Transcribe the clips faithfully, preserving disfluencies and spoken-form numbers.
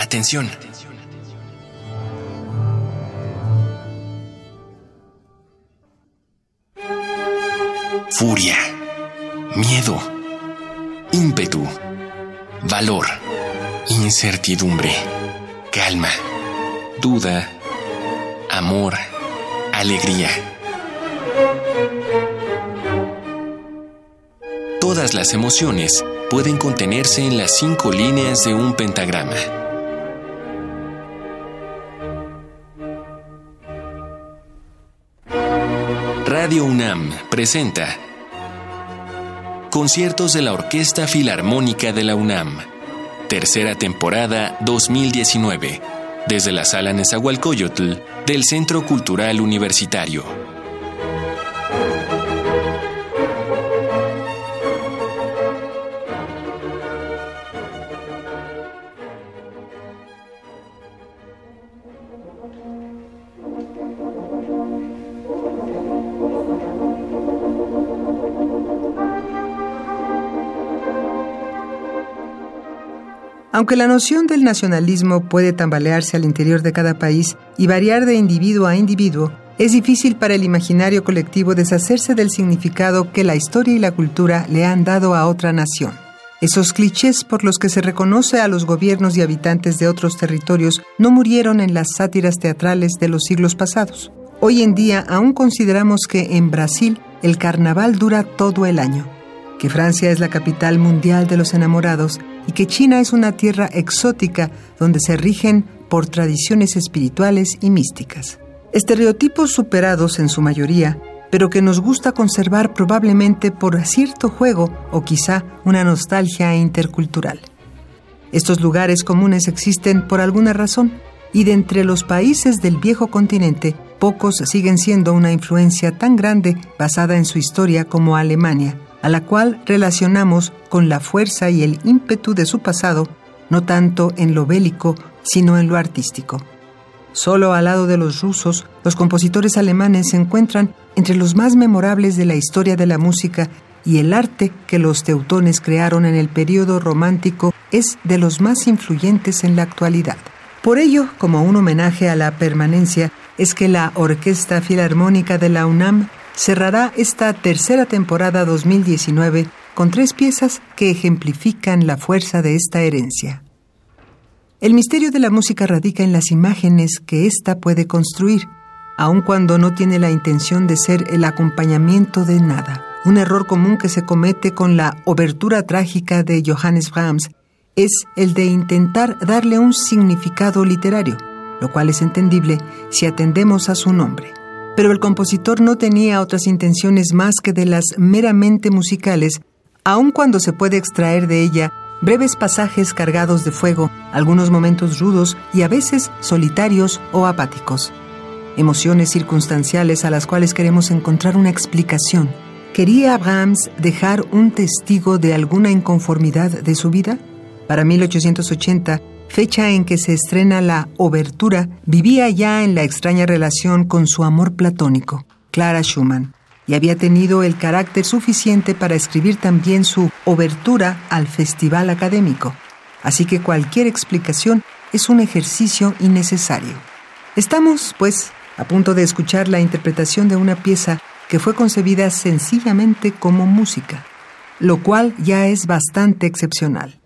Atención. Furia, miedo, ímpetu, valor, incertidumbre, calma, duda, amor, alegría. Todas las emociones pueden contenerse en las cinco líneas de un pentagrama. Radio UNAM presenta Conciertos de la Orquesta Filarmónica de la UNAM, tercera temporada dos mil diecinueve, desde la Sala Nezahualcóyotl del Centro Cultural Universitario. Aunque la noción del nacionalismo puede tambalearse al interior de cada país y variar de individuo a individuo, es difícil para el imaginario colectivo deshacerse del significado que la historia y la cultura le han dado a otra nación. Esos clichés por los que se reconoce a los gobiernos y habitantes de otros territorios no murieron en las sátiras teatrales de los siglos pasados. Hoy en día aún consideramos que en Brasil el carnaval dura todo el año, que Francia es la capital mundial de los enamorados y que China es una tierra exótica donde se rigen por tradiciones espirituales y místicas. Estereotipos superados en su mayoría, pero que nos gusta conservar probablemente por cierto juego o quizá una nostalgia intercultural. Estos lugares comunes existen por alguna razón, y de entre los países del viejo continente, pocos siguen siendo una influencia tan grande basada en su historia como Alemania, a la cual relacionamos con la fuerza y el ímpetu de su pasado, no tanto en lo bélico, sino en lo artístico. Solo al lado de los rusos, los compositores alemanes se encuentran entre los más memorables de la historia de la música, y el arte que los teutones crearon en el período romántico es de los más influyentes en la actualidad. Por ello, como un homenaje a la permanencia, es que la Orquesta Filarmónica de la UNAM cerrará esta tercera temporada dos mil diecinueve con tres piezas que ejemplifican la fuerza de esta herencia. El misterio de la música radica en las imágenes que ésta puede construir, aun cuando no tiene la intención de ser el acompañamiento de nada. Un error común que se comete con la obertura trágica de Johannes Brahms es el de intentar darle un significado literario, lo cual es entendible si atendemos a su nombre. Pero el compositor no tenía otras intenciones más que de las meramente musicales, aun cuando se puede extraer de ella breves pasajes cargados de fuego, algunos momentos rudos y a veces solitarios o apáticos. Emociones circunstanciales a las cuales queremos encontrar una explicación. ¿Quería Brahms dejar un testigo de alguna inconformidad de su vida? Para mil ochocientos ochenta, fecha en que se estrena la obertura, vivía ya en la extraña relación con su amor platónico, Clara Schumann, y había tenido el carácter suficiente para escribir también su obertura al Festival Académico. Así que cualquier explicación es un ejercicio innecesario. Estamos, pues, a punto de escuchar la interpretación de una pieza que fue concebida sencillamente como música, lo cual ya es bastante excepcional.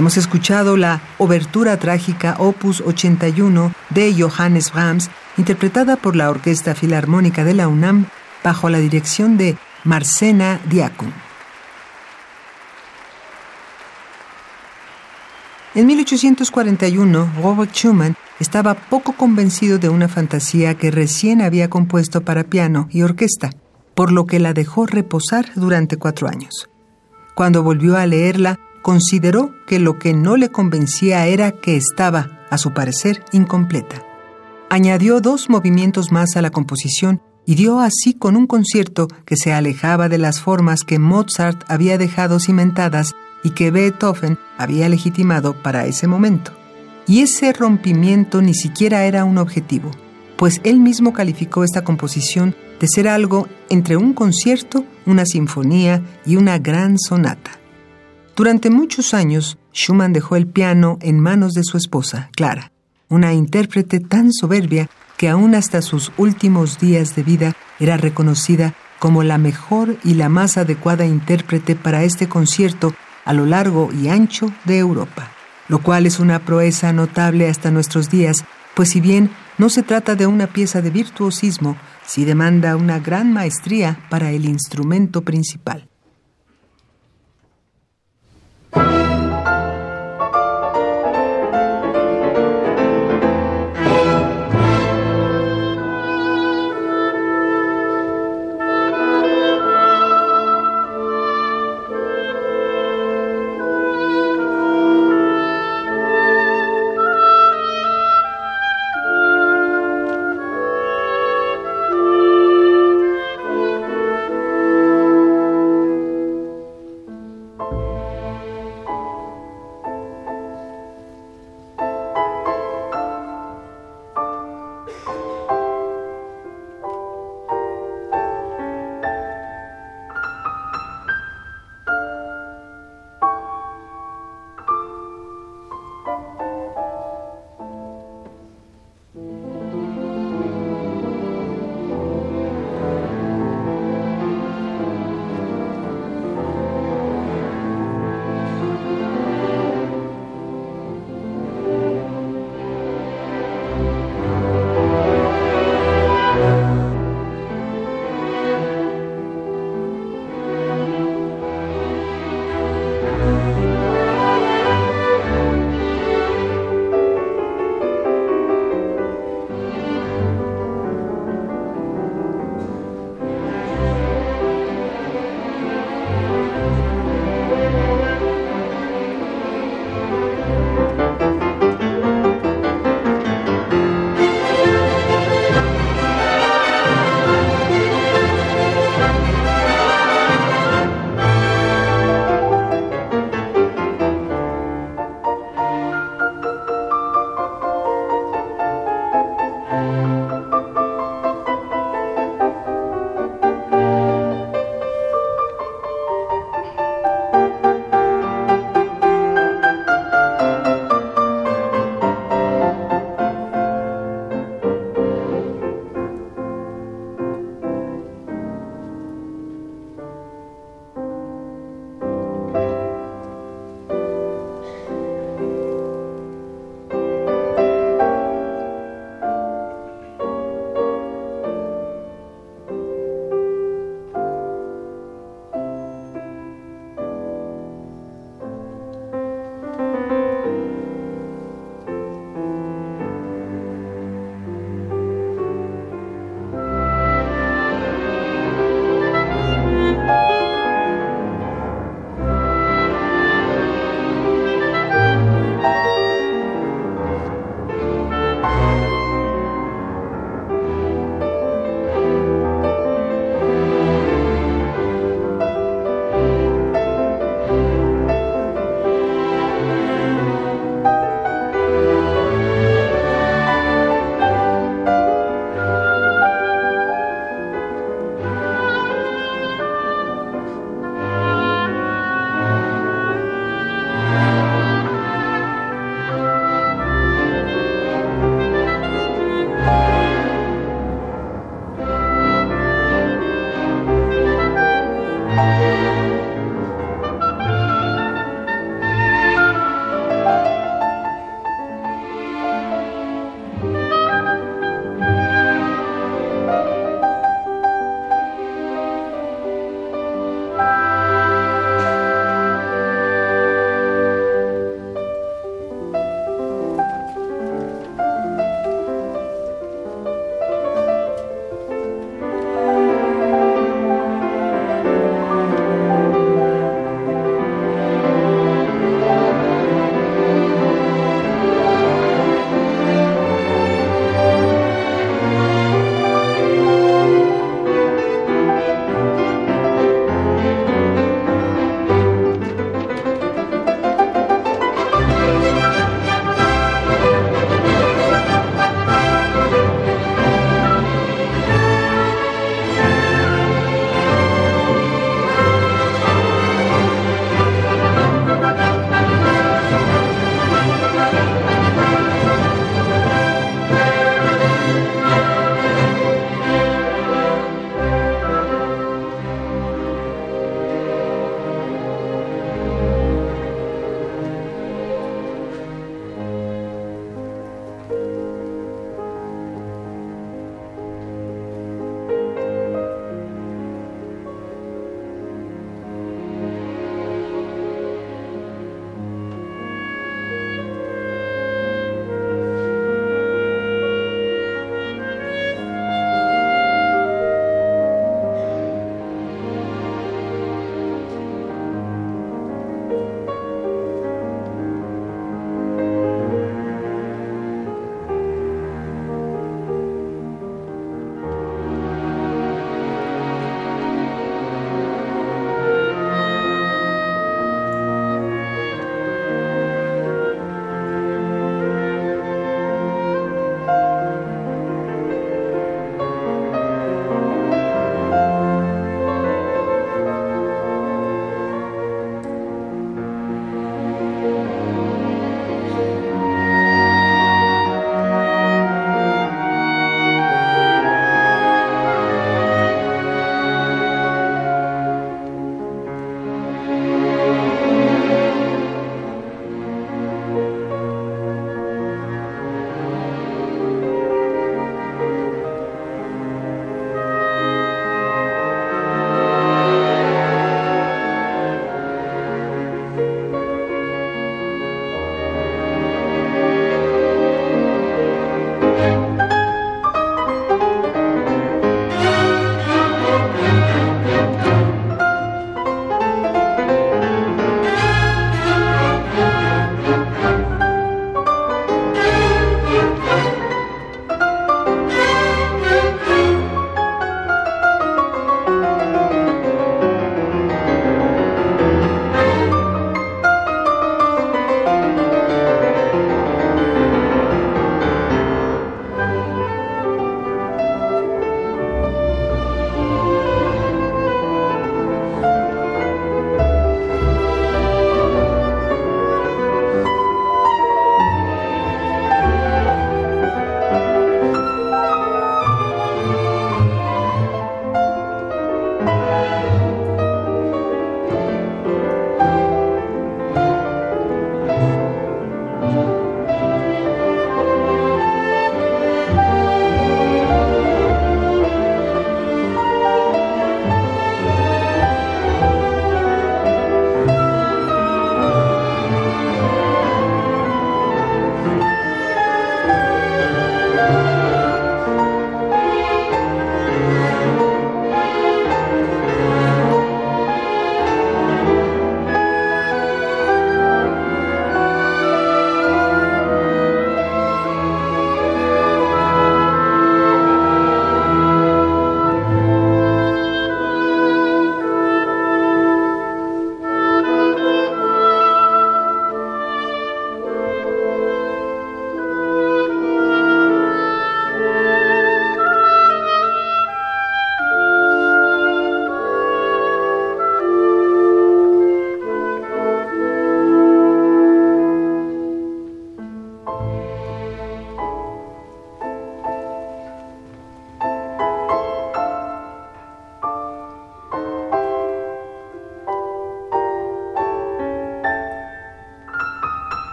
Hemos escuchado la Obertura Trágica Opus ochenta y uno de Johannes Brahms, interpretada por la Orquesta Filarmónica de la UNAM bajo la dirección de Marcena Diacun. En mil ochocientos cuarenta y uno, Robert Schumann estaba poco convencido de una fantasía que recién había compuesto para piano y orquesta, por lo que la dejó reposar durante cuatro años. Cuando volvió a leerla, consideró que lo que no le convencía era que estaba, a su parecer, incompleta. Añadió dos movimientos más a la composición y dio así con un concierto que se alejaba de las formas que Mozart había dejado cimentadas y que Beethoven había legitimado para ese momento. Y ese rompimiento ni siquiera era un objetivo, pues él mismo calificó esta composición de ser algo entre un concierto, una sinfonía y una gran sonata. Durante muchos años, Schumann dejó el piano en manos de su esposa, Clara, una intérprete tan soberbia que aún hasta sus últimos días de vida era reconocida como la mejor y la más adecuada intérprete para este concierto a lo largo y ancho de Europa, lo cual es una proeza notable hasta nuestros días, pues si bien no se trata de una pieza de virtuosismo, sí demanda una gran maestría para el instrumento principal.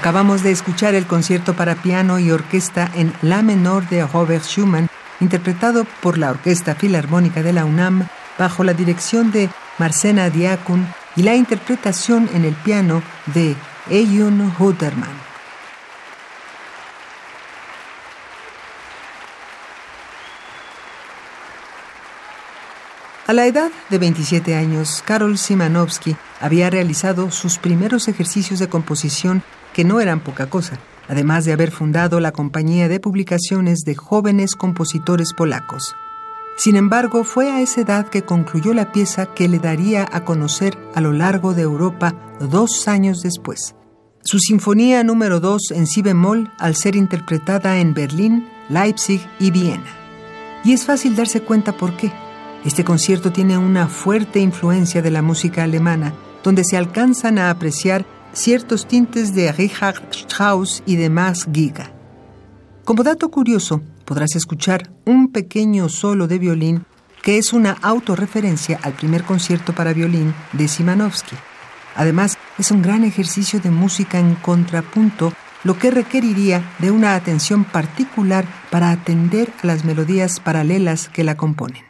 Acabamos de escuchar el concierto para piano y orquesta en La menor de Robert Schumann, interpretado por la Orquesta Filarmónica de la UNAM bajo la dirección de Marcena Diakun y la interpretación en el piano de Eyun Hutterman. A la edad de veintisiete años, Karol Szymanowski había realizado sus primeros ejercicios de composición, que no eran poca cosa, además de haber fundado la compañía de publicaciones de jóvenes compositores polacos. Sin embargo, fue a esa edad que concluyó la pieza que le daría a conocer a lo largo de Europa dos años después. Su Sinfonía número dos en si bemol, al ser interpretada en Berlín, Leipzig y Viena. Y es fácil darse cuenta por qué. Este concierto tiene una fuerte influencia de la música alemana, donde se alcanzan a apreciar ciertos tintes de Richard Strauss y de Max Giga. Como dato curioso, podrás escuchar un pequeño solo de violín que es una autorreferencia al primer concierto para violín de Szymanowski. Además, es un gran ejercicio de música en contrapunto, lo que requeriría de una atención particular para atender a las melodías paralelas que la componen.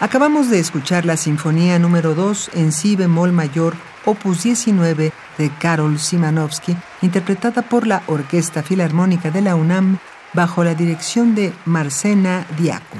Acabamos de escuchar la Sinfonía número dos en Si bemol mayor, opus diecinueve de Karol Szymanowski, interpretada por la Orquesta Filarmónica de la UNAM bajo la dirección de Marcena Diacu.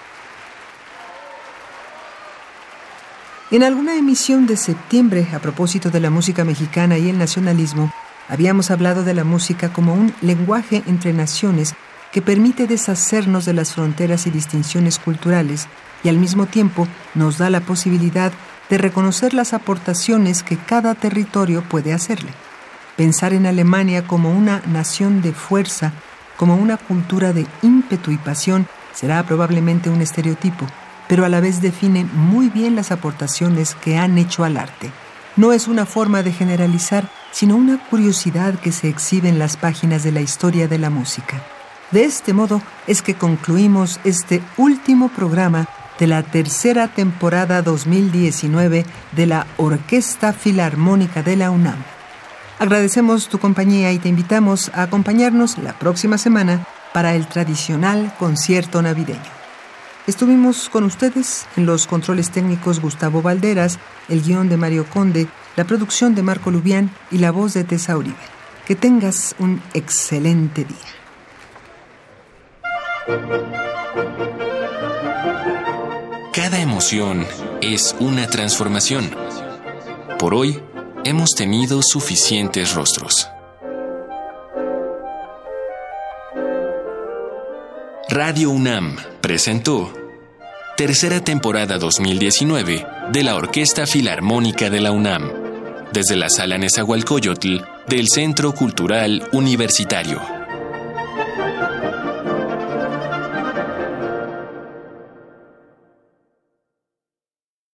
En alguna emisión de septiembre, a propósito de la música mexicana y el nacionalismo, habíamos hablado de la música como un lenguaje entre naciones que permite deshacernos de las fronteras y distinciones culturales y al mismo tiempo nos da la posibilidad de reconocer las aportaciones que cada territorio puede hacerle. Pensar en Alemania como una nación de fuerza, como una cultura de ímpetu y pasión, será probablemente un estereotipo, pero a la vez define muy bien las aportaciones que han hecho al arte. No es una forma de generalizar, sino una curiosidad que se exhibe en las páginas de la historia de la música. De este modo es que concluimos este último programa de la tercera temporada dos mil diecinueve de la Orquesta Filarmónica de la UNAM. Agradecemos tu compañía y te invitamos a acompañarnos la próxima semana para el tradicional concierto navideño. Estuvimos con ustedes en los controles técnicos Gustavo Valderas, el guión de Mario Conde, la producción de Marco Lubián y la voz de Tessa Uribe. Que tengas un excelente día. Cada emoción es una transformación. Por hoy, hemos tenido suficientes rostros. Radio UNAM presentó Tercera temporada dos mil diecinueve de la Orquesta Filarmónica de la UNAM, desde la Sala Nezahualcóyotl del Centro Cultural Universitario.